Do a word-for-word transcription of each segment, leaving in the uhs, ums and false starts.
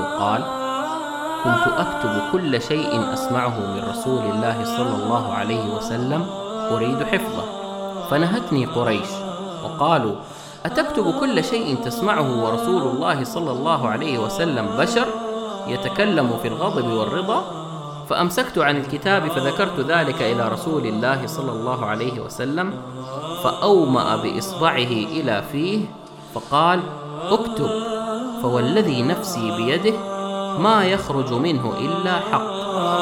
قال: كنت أكتب كل شيء أسمعه من رسول الله صلى الله عليه وسلم أريد حفظه، فنهتني قريش وقالوا: أتكتب كل شيء تسمعه ورسول الله صلى الله عليه وسلم بشر يتكلم في الغضب والرضا؟ فأمسكت عن الكتاب فذكرت ذلك إلى رسول الله صلى الله عليه وسلم، فأومأ بإصبعه إلى فيه فقال: اكتب، فوالذي نفسي بيده ما يخرج منه إلا حق.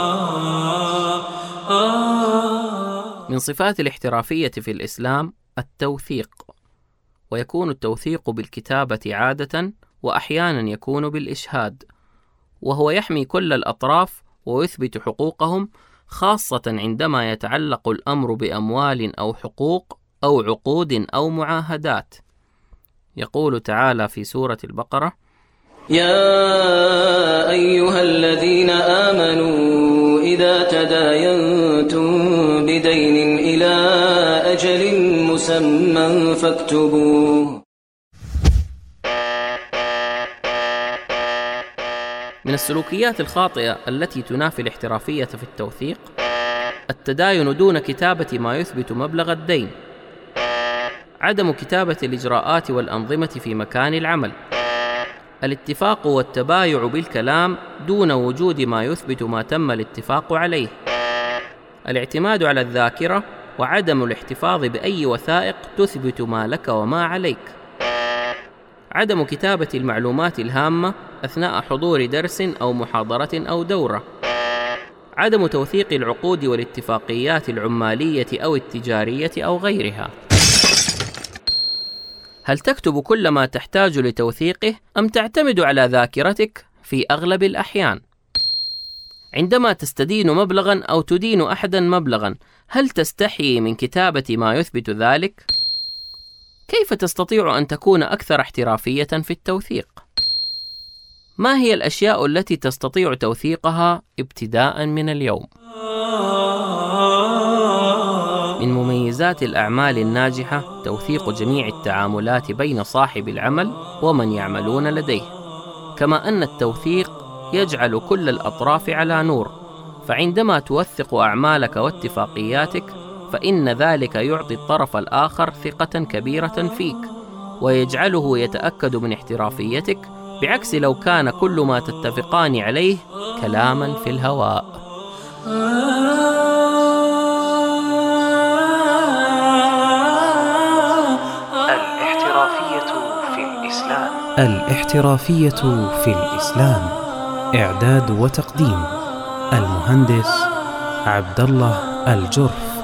من صفات الاحترافية في الإسلام التوثيق، ويكون التوثيق بالكتابة عادة، وأحيانا يكون بالإشهاد، وهو يحمي كل الأطراف ويثبت حقوقهم، خاصة عندما يتعلق الأمر بأموال أو حقوق أو عقود أو معاهدات. يقول تعالى في سورة البقرة: يا أيها الذين آمنوا إذا تداينتم بدين إلى أجل مسمى فاكتبوه. من السلوكيات الخاطئة التي تنافي الاحترافية في التوثيق التداين دون كتابة ما يثبت مبلغ الدين، عدم كتابة الإجراءات والأنظمة في مكان العمل، الاتفاق والتبايع بالكلام دون وجود ما يثبت ما تم الاتفاق عليه، الاعتماد على الذاكرة وعدم الاحتفاظ بأي وثائق تثبت ما لك وما عليك، عدم كتابة المعلومات الهامة أثناء حضور درس أو محاضرة أو دورة، عدم توثيق العقود والاتفاقيات العمالية أو التجارية أو غيرها. هل تكتب كل ما تحتاج لتوثيقه أم تعتمد على ذاكرتك في أغلب الأحيان؟ عندما تستدين مبلغا أو تدين أحدا مبلغا، هل تستحي من كتابة ما يثبت ذلك؟ كيف تستطيع أن تكون أكثر احترافية في التوثيق؟ ما هي الأشياء التي تستطيع توثيقها ابتداء من اليوم؟ من مميزات الأعمال الناجحة توثيق جميع التعاملات بين صاحب العمل ومن يعملون لديه، كما أن التوثيق يجعل كل الأطراف على نور، فعندما توثق أعمالك واتفاقياتك فإن ذلك يعطي الطرف الآخر ثقة كبيرة فيك، ويجعله يتأكد من احترافيتك، بعكس لو كان كل ما تتفقان عليه كلاما في الهواء. الاحترافية في الإسلام. الاحترافية في الإسلام. إعداد وتقديم المهندس عبد الله الجرف.